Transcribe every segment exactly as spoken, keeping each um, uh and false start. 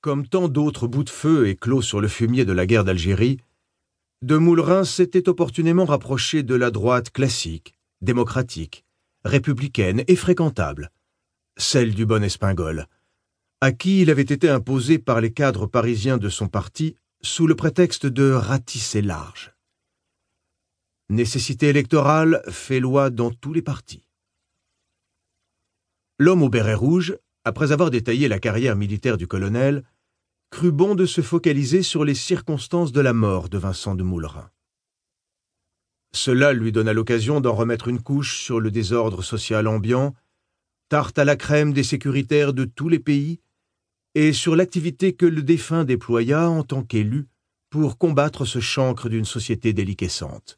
Comme tant d'autres bouts de feu éclos sur le fumier de la guerre d'Algérie, de Moulerin s'était opportunément rapproché de la droite classique, démocratique, républicaine et fréquentable, celle du bon Espingol, à qui il avait été imposé par les cadres parisiens de son parti sous le prétexte de ratisser large. Nécessité électorale fait loi dans tous les partis. L'homme au béret rouge, après avoir détaillé la carrière militaire du colonel, crut bon de se focaliser sur les circonstances de la mort de Vincent de Moulerin. Cela lui donna l'occasion d'en remettre une couche sur le désordre social ambiant, tarte à la crème des sécuritaires de tous les pays, et sur l'activité que le défunt déploya en tant qu'élu pour combattre ce chancre d'une société déliquescente.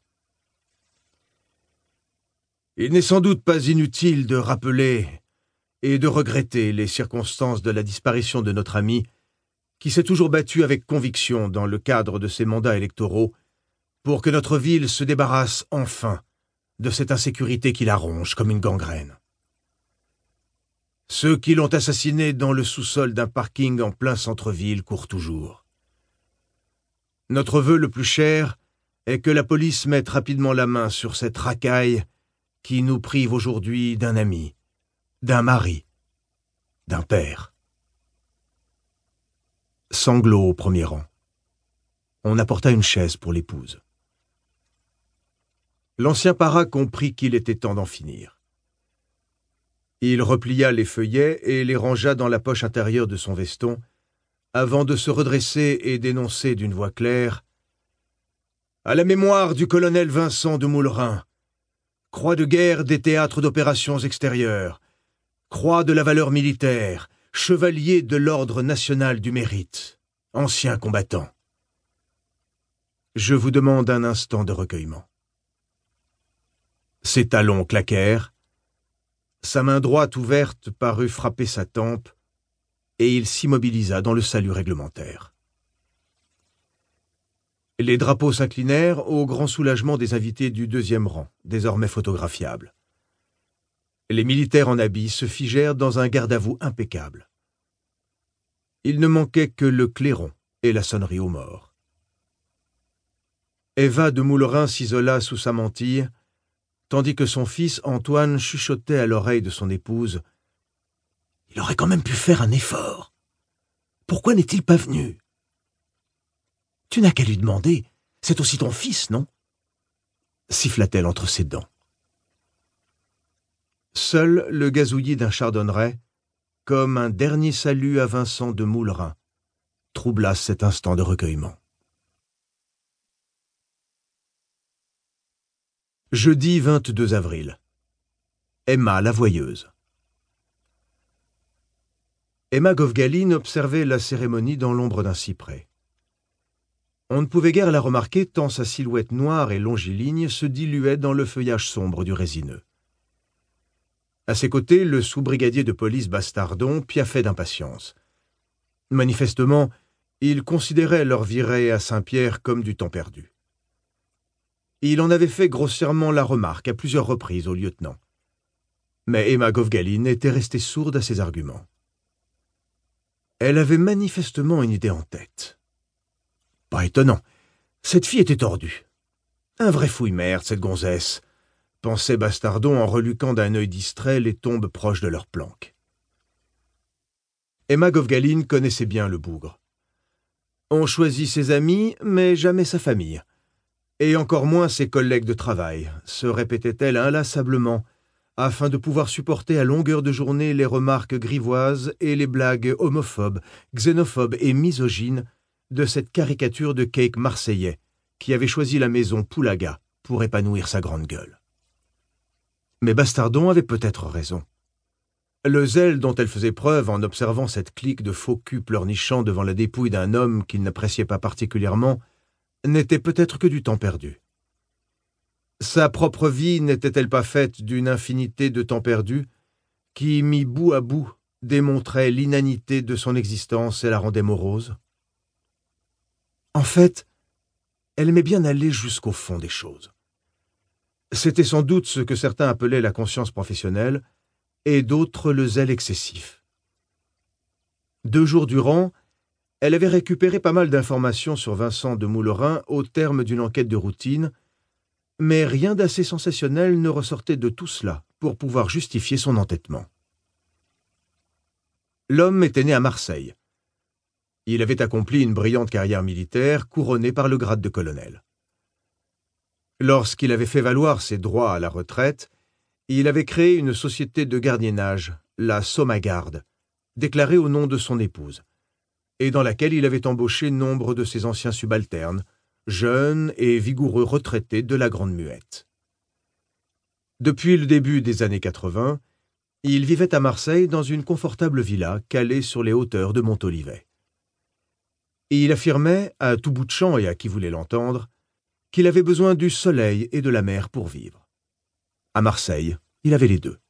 Il n'est sans doute pas inutile de rappeler et de regretter les circonstances de la disparition de notre ami, qui s'est toujours battu avec conviction dans le cadre de ses mandats électoraux pour que notre ville se débarrasse enfin de cette insécurité qui la ronge comme une gangrène. Ceux qui l'ont assassiné dans le sous-sol d'un parking en plein centre-ville courent toujours. Notre vœu le plus cher est que la police mette rapidement la main sur cette racaille qui nous prive aujourd'hui d'un ami, d'un mari, d'un père. Sanglots au premier rang. On apporta une chaise pour l'épouse. L'ancien para comprit qu'il était temps d'en finir. Il replia les feuillets et les rangea dans la poche intérieure de son veston, avant de se redresser et d'énoncer d'une voix claire « À la mémoire du colonel Vincent de Moulerin, croix de guerre des théâtres d'opérations extérieures, croix de la valeur militaire, chevalier de l'ordre national du mérite, ancien combattant. Je vous demande un instant de recueillement. » Ses talons claquèrent, sa main droite ouverte parut frapper sa tempe, et il s'immobilisa dans le salut réglementaire. Les drapeaux s'inclinèrent au grand soulagement des invités du deuxième rang, désormais photographiables. Les militaires en habit se figèrent dans un garde-à-vous impeccable. Il ne manquait que le clairon et la sonnerie aux morts. Eva de Moulerin s'isola sous sa mantille, tandis que son fils Antoine chuchotait à l'oreille de son épouse « Il aurait quand même pu faire un effort. Pourquoi n'est-il pas venu ? » « Tu n'as qu'à lui demander. C'est aussi ton fils, non ?» siffla-t-elle entre ses dents. Seul le gazouillis d'un chardonneret, comme un dernier salut à Vincent de Moulerin, troubla cet instant de recueillement. Jeudi vingt-deux avril. Emma la voyeuse. Emma Govgaline observait la cérémonie dans l'ombre d'un cyprès. On ne pouvait guère la remarquer tant sa silhouette noire et longiligne se diluait dans le feuillage sombre du résineux. À ses côtés, le sous-brigadier de police Bastardon piaffait d'impatience. Manifestement, il considérait leur virée à Saint-Pierre comme du temps perdu. Il en avait fait grossièrement la remarque à plusieurs reprises au lieutenant. Mais Emma Govgaline était restée sourde à ses arguments. Elle avait manifestement une idée en tête. Pas étonnant, cette fille était tordue. Un vrai fouille-merde, cette gonzesse, pensait Bastardon en reluquant d'un œil distrait les tombes proches de leur planque. Emma Govgaline connaissait bien le bougre. On choisit ses amis, mais jamais sa famille. Et encore moins ses collègues de travail, se répétait-elle inlassablement, afin de pouvoir supporter à longueur de journée les remarques grivoises et les blagues homophobes, xénophobes et misogynes de cette caricature de cake marseillais qui avait choisi la maison Poulaga pour épanouir sa grande gueule. Mais Bastardon avait peut-être raison. Le zèle dont elle faisait preuve en observant cette clique de faux culs pleurnichant devant la dépouille d'un homme qu'il n'appréciait pas particulièrement n'était peut-être que du temps perdu. Sa propre vie n'était-elle pas faite d'une infinité de temps perdus qui, mis bout à bout, démontraient l'inanité de son existence et la rendaient morose ? En fait, elle aimait bien aller jusqu'au fond des choses. C'était sans doute ce que certains appelaient la conscience professionnelle et d'autres le zèle excessif. Deux jours durant, Elle avait récupéré pas mal d'informations sur Vincent de Moulerin au terme d'une enquête de routine, mais rien d'assez sensationnel ne ressortait de tout cela pour pouvoir justifier son entêtement. L'homme était né à Marseille. Il avait accompli une brillante carrière militaire couronnée par le grade de colonel. Lorsqu'il avait fait valoir ses droits à la retraite, il avait créé une société de gardiennage, la Sommagarde, déclarée au nom de son épouse, et dans laquelle il avait embauché nombre de ses anciens subalternes, jeunes et vigoureux retraités de la Grande Muette. Depuis le début des années quatre-vingts, il vivait à Marseille dans une confortable villa calée sur les hauteurs de Montolivet. Et il affirmait, à tout bout de champ et à qui voulait l'entendre, qu'il avait besoin du soleil et de la mer pour vivre. À Marseille, il avait les deux.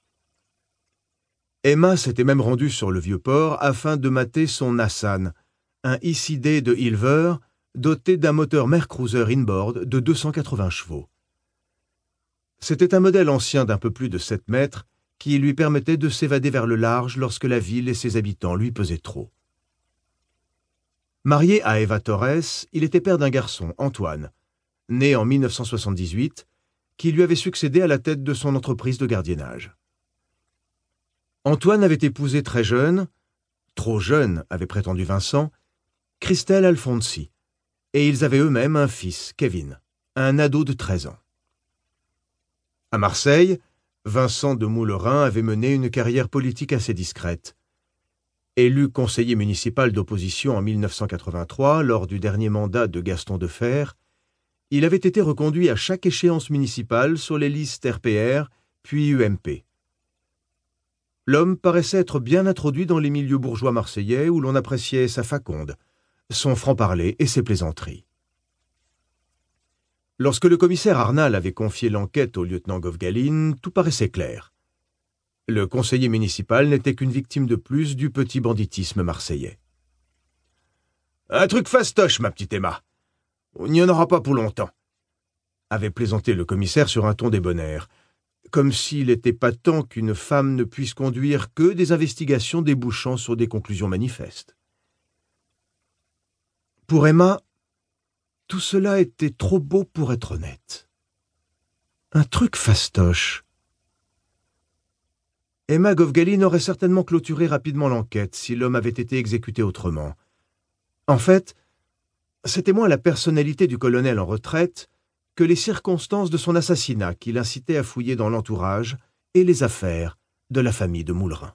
Emma s'était même rendue sur le Vieux-Port afin de mater son Hassan, un Isidé de Ilver doté d'un moteur Mercruiser inboard de deux cent quatre-vingts chevaux. C'était un modèle ancien d'un peu plus de sept mètres qui lui permettait de s'évader vers le large lorsque la ville et ses habitants lui pesaient trop. Marié à Eva Torres, il était père d'un garçon, Antoine, né en mille neuf cent soixante-dix-huit, qui lui avait succédé à la tête de son entreprise de gardiennage. Antoine avait épousé très jeune, trop jeune, avait prétendu Vincent, Christelle Alfonsi, et ils avaient eux-mêmes un fils, Kevin, un ado de treize ans. À Marseille, Vincent de Moulerin avait mené une carrière politique assez discrète. Élu conseiller municipal d'opposition en mille neuf cent quatre-vingt-trois, lors du dernier mandat de Gaston Defferre, il avait été reconduit à chaque échéance municipale sur les listes R P R, puis U M P. L'homme paraissait être bien introduit dans les milieux bourgeois marseillais où l'on appréciait sa faconde, son franc-parler et ses plaisanteries. Lorsque le commissaire Arnal avait confié l'enquête au lieutenant Govgaline, tout paraissait clair. Le conseiller municipal n'était qu'une victime de plus du petit banditisme marseillais. « Un truc fastoche, ma petite Emma. Il n'y en aura pas pour longtemps, » avait plaisanté le commissaire sur un ton débonnaire, comme s'il était patent qu'une femme ne puisse conduire que des investigations débouchant sur des conclusions manifestes. Pour Emma, tout cela était trop beau pour être honnête. Un truc fastoche. Emma Govgaline aurait certainement clôturé rapidement l'enquête si l'homme avait été exécuté autrement. En fait, c'était moins la personnalité du colonel en retraite que les circonstances de son assassinat qui l'incitaient à fouiller dans l'entourage et les affaires de la famille de Moulerin.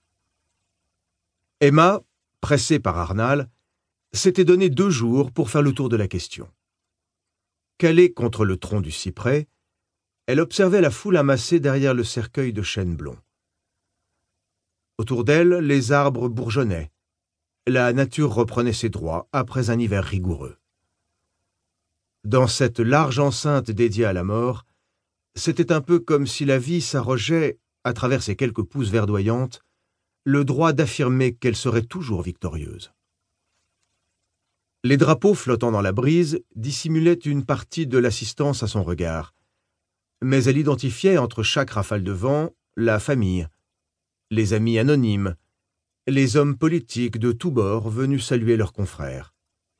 Emma, pressée par Arnal, s'était donné deux jours pour faire le tour de la question. Calée contre le tronc du cyprès, elle observait la foule amassée derrière le cercueil de chêne blond. Autour d'elle, les arbres bourgeonnaient. La nature reprenait ses droits après un hiver rigoureux. Dans cette large enceinte dédiée à la mort, c'était un peu comme si la vie s'arrogeait, à travers ses quelques pousses verdoyantes, le droit d'affirmer qu'elle serait toujours victorieuse. Les drapeaux flottant dans la brise dissimulaient une partie de l'assistance à son regard, mais elle identifiait entre chaque rafale de vent la famille, les amis anonymes, les hommes politiques de tous bords venus saluer leurs confrères.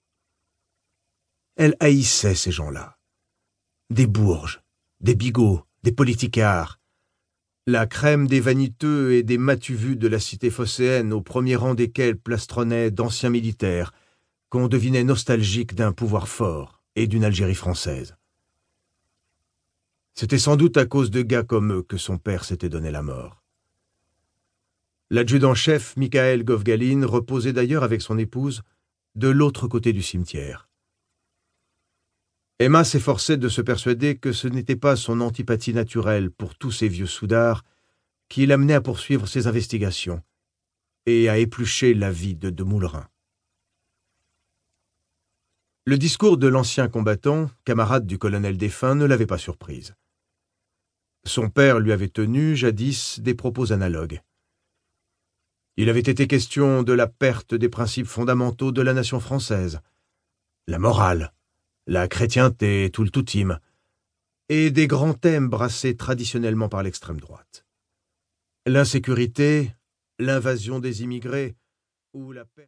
Elle haïssait ces gens-là. Des bourges, des bigots, des politicards. La crème des vaniteux et des m'as-tu-vu de la cité phocéenne, au premier rang desquels plastronnaient d'anciens militaires, qu'on devinait nostalgiques d'un pouvoir fort et d'une Algérie française. C'était sans doute à cause de gars comme eux que son père s'était donné la mort. L'adjudant-chef Michael Govgaline reposait d'ailleurs avec son épouse de l'autre côté du cimetière. Emma s'efforçait de se persuader que ce n'était pas son antipathie naturelle pour tous ces vieux soudards qui l'amenait à poursuivre ses investigations et à éplucher la vie de de Moulerin. Le discours de l'ancien combattant, camarade du colonel défunt, ne l'avait pas surprise. Son père lui avait tenu, jadis, des propos analogues. Il avait été question de la perte des principes fondamentaux de la nation française, la morale, la chrétienté, tout le toutime, et des grands thèmes brassés traditionnellement par l'extrême droite. L'insécurité, l'invasion des immigrés, ou la perte